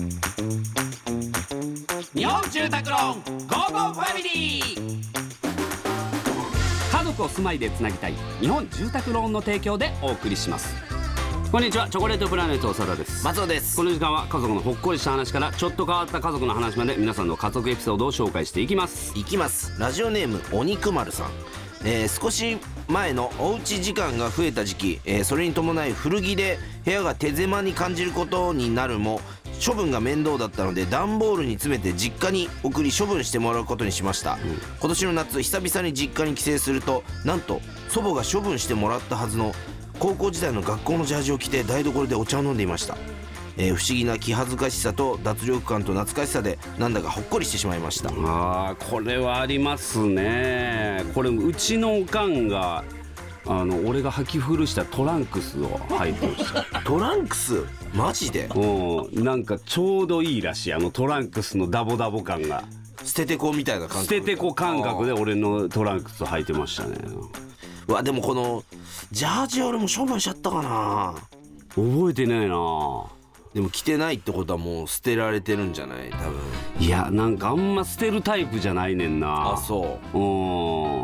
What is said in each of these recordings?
日本住宅ローンゴーゴーファミリー。家族を住まいでつなぎたい日本住宅ローンの提供でお送りします。こんにちは、チョコレートプラネット長田です。 松尾です。 この時間は家族のほっこりした話からちょっと変わった家族の話まで皆さんの家族エピソードを紹介していきます。 ラジオネームお肉丸さん、少し前のおうち時間が増えた時期、それに伴い古着で部屋が手狭に感じることになるも処分が面倒だったので段ボールに詰めて実家に送り処分してもらうことにしました、今年の夏久々に実家に帰省するとなんと祖母が処分してもらったはずの高校時代の学校のジャージを着て台所でお茶を飲んでいました。不思議な気恥ずかしさと脱力感と懐かしさでなんだかほっこりしてしまいました。 これはありますね。これうちのおかんが俺が履き古したトランクスを履いてましたトランクスマジで？ なんかちょうどいいらしい、トランクスのダボダボ感が。 捨ててこみたいな感覚。 捨ててこ感覚で俺のトランクス履いてましたね。 うわ、でもこのジャージ俺も処分しちゃったかな。 覚えてないな。 でも着てないってことはもう捨てられてるんじゃない？多分。 いや、なんかあんま捨てるタイプじゃないねんな。 あ、そう。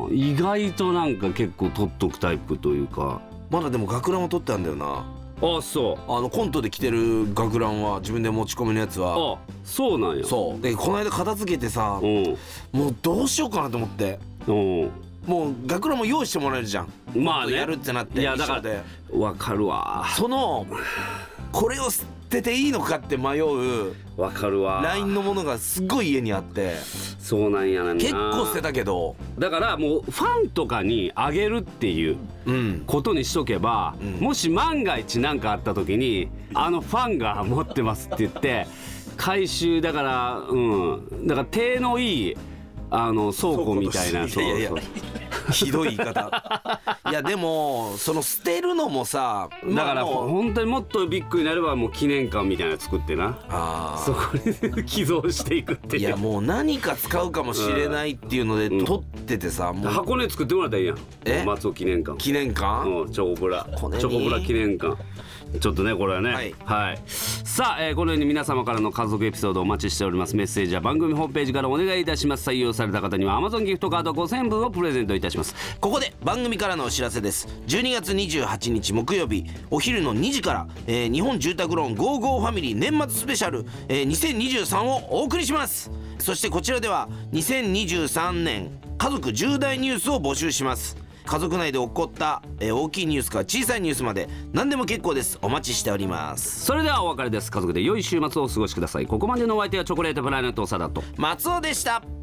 意外となんか結構取っとくタイプというか。 まだでも学ランを取ってあるんだよな。 あ、そう。 コントで着てる学ランは自分で持ち込みのやつは。 あ、そうなんや。 そうでこの間片付けてさ、もうどうしようかなと思って。もう学ランも用意してもらえるじゃん。 まあね、 やるってなって。 いやだからわかるわ。これを捨てていいのかって迷う。 わかるわ。 LINE のものがすっごい家にあって。 そうなんやな。 結構捨てたけど、 だからもうファンとかにあげるっていうことにしとけば、もし万が一何かあった時にファンが持ってますって言って回収だから、だから手のいい倉庫みたいな。 いやひどい言い方。いやでもその捨てるのもさ、 だから本当にもっとビッグになればもう記念館みたいなの作ってな、そこに寄贈していくっていう。 いやもう何か使うかもしれないっていうので取っててさ、もう箱根作ってもらったらいいやん。松尾記念館。 記念館？ チョコプラ記念館。ちょっとねこれはね、はい、さあ、このように皆様からの家族エピソードをお待ちしております。メッセージは番組ホームページからお願いいたします。採用された方には Amazon ギフトカード5000円分をプレゼントいたします。 ここで番組からのお知らせです。12月28日木曜日お昼の2時から、日本住宅ローンゴーゴーファミリー年末スペシャル、2023をお送りします。そしてこちらでは2023年家族重大ニュースを募集します。家族内で起こった、大きいニュースから小さいニュースまで何でも結構です。お待ちしております。 それではお別れです。家族で良い週末をお過ごしください。ここまでのお相手はチョコレートプラネット長田と松尾でした。